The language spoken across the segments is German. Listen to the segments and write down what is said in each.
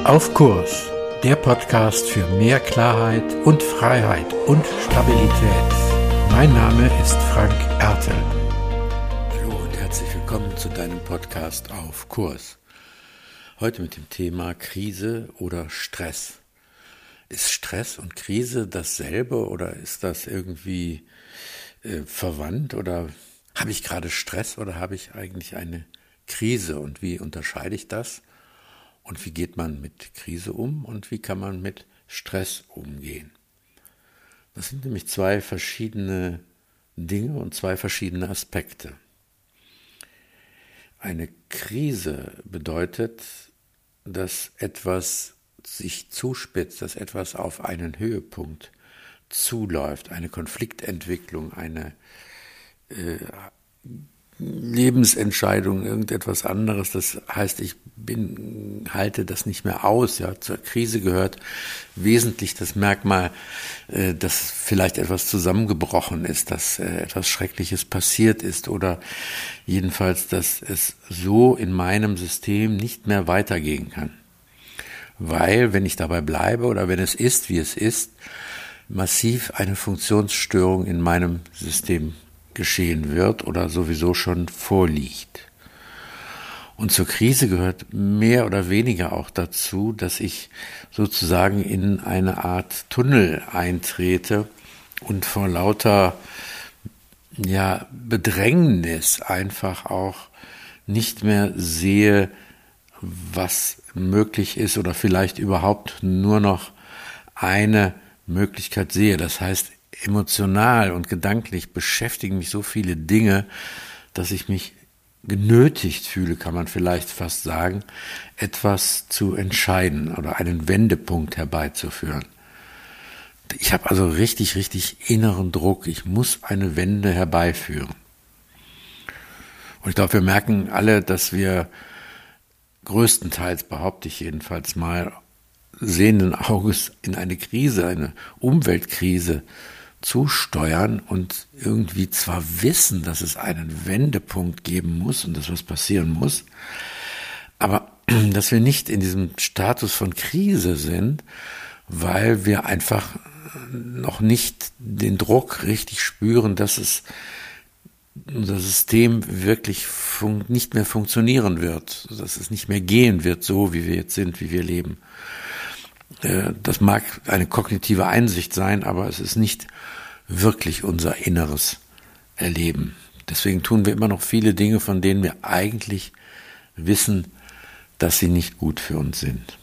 Auf Kurs, der Podcast für mehr Klarheit und Freiheit und Stabilität. Mein Name ist Frank Ertel. Hallo und herzlich willkommen zu deinem Podcast Auf Kurs. Heute mit dem Thema Krise oder Stress. Ist Stress und Krise dasselbe oder ist das irgendwie verwandt oder habe ich gerade Stress oder habe ich eigentlich eine Krise und wie unterscheide ich das? Und wie geht man mit Krise um und wie kann man mit Stress umgehen? Das sind nämlich zwei verschiedene Dinge und zwei verschiedene Aspekte. Eine Krise bedeutet, dass etwas sich zuspitzt, dass etwas auf einen Höhepunkt zuläuft, eine Konfliktentwicklung, eine Lebensentscheidung, irgendetwas anderes. Das heißt, ich halte das nicht mehr aus. Ja, zur Krise gehört wesentlich das Merkmal, dass vielleicht etwas zusammengebrochen ist, dass etwas Schreckliches passiert ist oder jedenfalls, dass es so in meinem System nicht mehr weitergehen kann. Weil, wenn ich dabei bleibe oder wenn es ist, wie es ist, massiv eine Funktionsstörung in meinem System geschehen wird oder sowieso schon vorliegt. Und zur Krise gehört mehr oder weniger auch dazu, dass ich sozusagen in eine Art Tunnel eintrete und vor lauter Bedrängnis einfach auch nicht mehr sehe, was möglich ist oder vielleicht überhaupt nur noch eine Möglichkeit sehe. Das heißt, emotional und gedanklich beschäftigen mich so viele Dinge, dass ich mich genötigt fühle, kann man vielleicht fast sagen, etwas zu entscheiden oder einen Wendepunkt herbeizuführen. Ich habe also richtig inneren Druck. Ich muss eine Wende herbeiführen. Und ich glaube, wir merken alle, dass wir größtenteils, behaupte ich jedenfalls mal, sehenden Auges in eine Krise, eine Umweltkrise zusteuern und irgendwie zwar wissen, dass es einen Wendepunkt geben muss und dass was passieren muss, aber dass wir nicht in diesem Status von Krise sind, weil wir einfach noch nicht den Druck richtig spüren, dass unser System wirklich nicht mehr funktionieren wird, dass es nicht mehr gehen wird, so wie wir jetzt sind, wie wir leben. Das mag eine kognitive Einsicht sein, aber es ist nicht wirklich unser inneres Erleben. Deswegen tun wir immer noch viele Dinge, von denen wir eigentlich wissen, dass sie nicht gut für uns sind.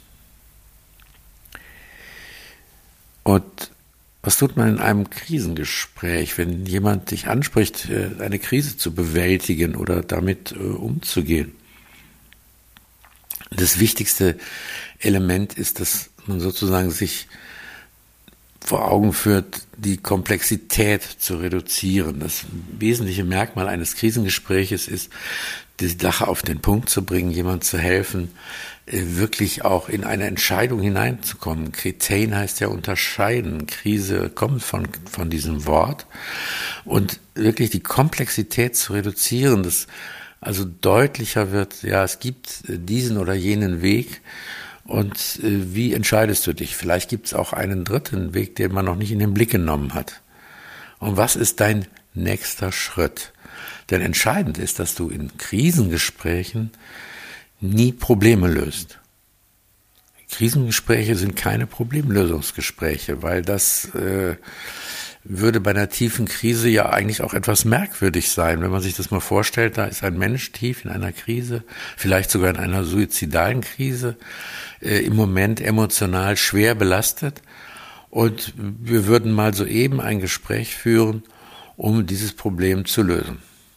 Und was tut man in einem Krisengespräch, wenn jemand dich anspricht, eine Krise zu bewältigen oder damit umzugehen? Das wichtigste Element ist, dass man sozusagen sich vor Augen führt, die Komplexität zu reduzieren. Das wesentliche Merkmal eines Krisengespräches ist, die Sache auf den Punkt zu bringen, jemand zu helfen, wirklich auch in eine Entscheidung hineinzukommen. Kretein heißt ja unterscheiden. Krise kommt von diesem Wort. Und wirklich die Komplexität zu reduzieren, dass also deutlicher wird, ja, es gibt diesen oder jenen Weg. Und wie entscheidest du dich? Vielleicht gibt es auch einen dritten Weg, den man noch nicht in den Blick genommen hat. Und was ist dein nächster Schritt? Denn entscheidend ist, dass du in Krisengesprächen nie Probleme löst. Krisengespräche sind keine Problemlösungsgespräche, weil das würde bei einer tiefen Krise ja eigentlich auch etwas merkwürdig sein. Wenn man sich das mal vorstellt, da ist ein Mensch tief in einer Krise, vielleicht sogar in einer suizidalen Krise, im Moment emotional schwer belastet. Und wir würden mal soeben ein Gespräch führen, um dieses Problem zu lösen.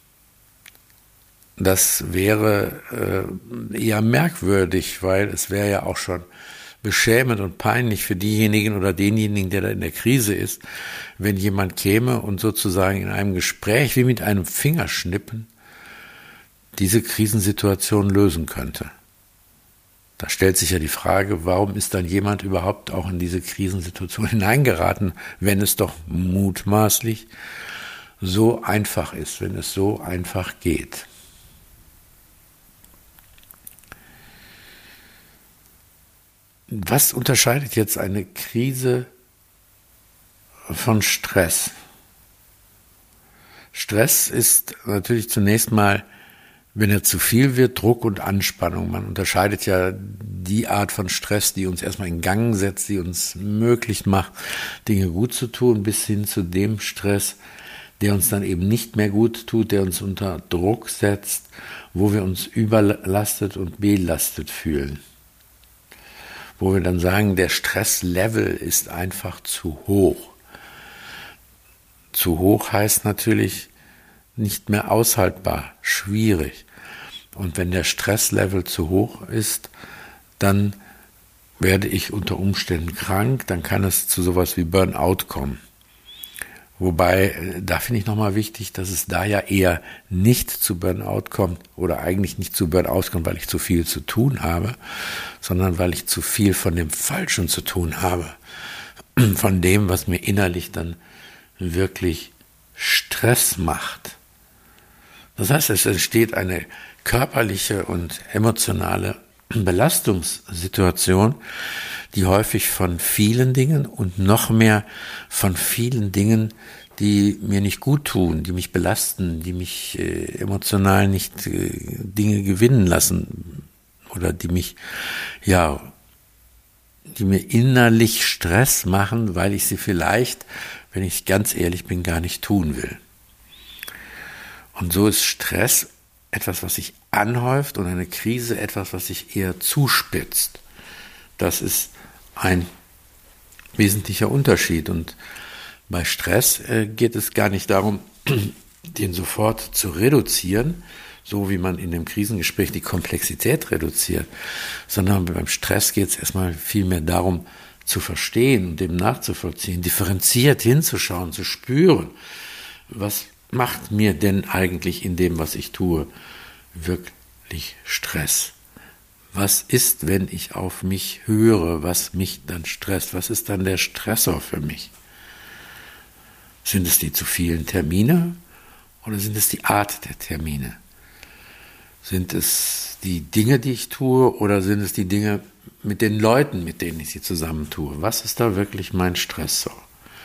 Das wäre eher merkwürdig, weil es wäre ja auch schon beschämend und peinlich für diejenigen oder denjenigen, der da in der Krise ist, wenn jemand käme und sozusagen in einem Gespräch wie mit einem Fingerschnippen diese Krisensituation lösen könnte. Da stellt sich ja die Frage, warum ist dann jemand überhaupt auch in diese Krisensituation hineingeraten, wenn es doch mutmaßlich so einfach ist, wenn es so einfach geht. Was unterscheidet jetzt eine Krise von Stress? Stress ist natürlich zunächst mal, wenn er zu viel wird, Druck und Anspannung. Man unterscheidet ja die Art von Stress, die uns erstmal in Gang setzt, die uns möglich macht, Dinge gut zu tun, bis hin zu dem Stress, der uns dann eben nicht mehr gut tut, der uns unter Druck setzt, wo wir uns überlastet und belastet fühlen. Wo wir dann sagen, der Stresslevel ist einfach zu hoch. Zu hoch heißt natürlich nicht mehr aushaltbar, schwierig. Und wenn der Stresslevel zu hoch ist, dann werde ich unter Umständen krank, dann kann es zu sowas wie Burnout kommen. Wobei, da finde ich nochmal wichtig, dass es da ja eher nicht zu Burnout kommt oder eigentlich nicht zu Burnout kommt, weil ich zu viel zu tun habe, sondern weil ich zu viel von dem Falschen zu tun habe. Von dem, was mir innerlich dann wirklich Stress macht. Das heißt, es entsteht eine körperliche und emotionale Belastungssituation, die häufig von vielen Dingen und noch mehr von vielen Dingen, die mir nicht gut tun, die mich belasten, die mich emotional nicht Dinge gewinnen lassen oder die mir innerlich Stress machen, weil ich sie vielleicht, wenn ich ganz ehrlich bin, gar nicht tun will. Und so ist Stress etwas, was sich anhäuft und eine Krise etwas, was sich eher zuspitzt. Das ist ein wesentlicher Unterschied. Und bei Stress geht es gar nicht darum, den sofort zu reduzieren, so wie man in dem Krisengespräch die Komplexität reduziert, sondern beim Stress geht es erstmal vielmehr darum, zu verstehen und dem nachzuvollziehen, differenziert hinzuschauen, zu spüren, was macht mir denn eigentlich in dem, was ich tue, wirklich Stress? Was ist, wenn ich auf mich höre, was mich dann stresst? Was ist dann der Stressor für mich? Sind es die zu vielen Termine oder sind es die Art der Termine? Sind es die Dinge, die ich tue, oder sind es die Dinge mit den Leuten, mit denen ich sie zusammen tue? Was ist da wirklich mein Stressor?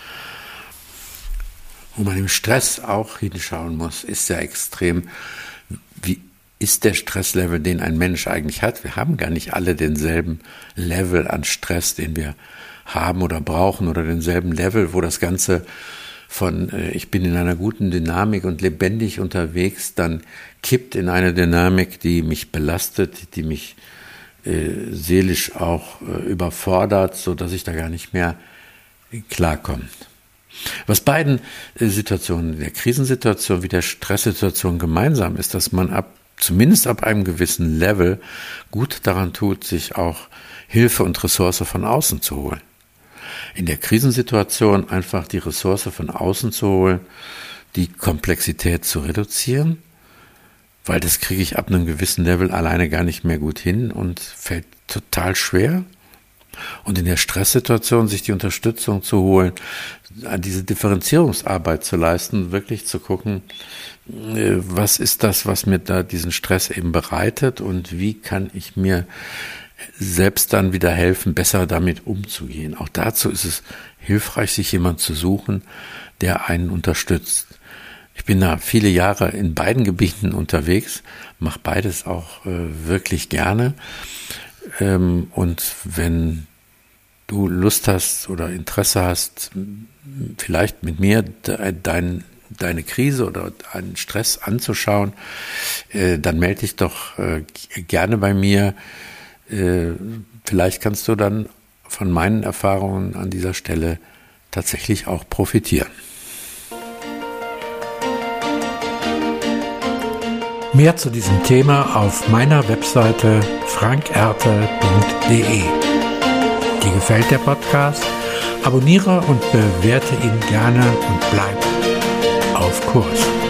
Wo man im Stress auch hinschauen muss, ist ja extrem, wie ist der Stresslevel, den ein Mensch eigentlich hat? Wir haben gar nicht alle denselben Level an Stress, den wir haben oder brauchen, oder denselben Level, wo das Ganze von ich bin in einer guten Dynamik und lebendig unterwegs, dann kippt in eine Dynamik, die mich belastet, die mich seelisch auch überfordert, so dass ich da gar nicht mehr klarkomme. Was beiden Situationen, der Krisensituation wie der Stresssituation gemeinsam ist, dass man zumindest ab einem gewissen Level gut daran tut, sich auch Hilfe und Ressource von außen zu holen. In der Krisensituation einfach die Ressource von außen zu holen, die Komplexität zu reduzieren, weil das kriege ich ab einem gewissen Level alleine gar nicht mehr gut hin und fällt total schwer. Und in der Stresssituation sich die Unterstützung zu holen, diese Differenzierungsarbeit zu leisten, wirklich zu gucken, was ist das, was mir da diesen Stress eben bereitet und wie kann ich mir selbst dann wieder helfen, besser damit umzugehen. Auch dazu ist es hilfreich, sich jemand zu suchen, der einen unterstützt. Ich bin da viele Jahre in beiden Gebieten unterwegs, mache beides auch wirklich gerne. Und wenn du Lust hast oder Interesse hast, vielleicht mit mir deine Krise oder einen Stress anzuschauen, dann melde dich doch gerne bei mir. Vielleicht kannst du dann von meinen Erfahrungen an dieser Stelle tatsächlich auch profitieren. Mehr zu diesem Thema auf meiner Webseite frankerte.de. Dir gefällt der Podcast? Abonniere und bewerte ihn gerne und bleib auf Kurs.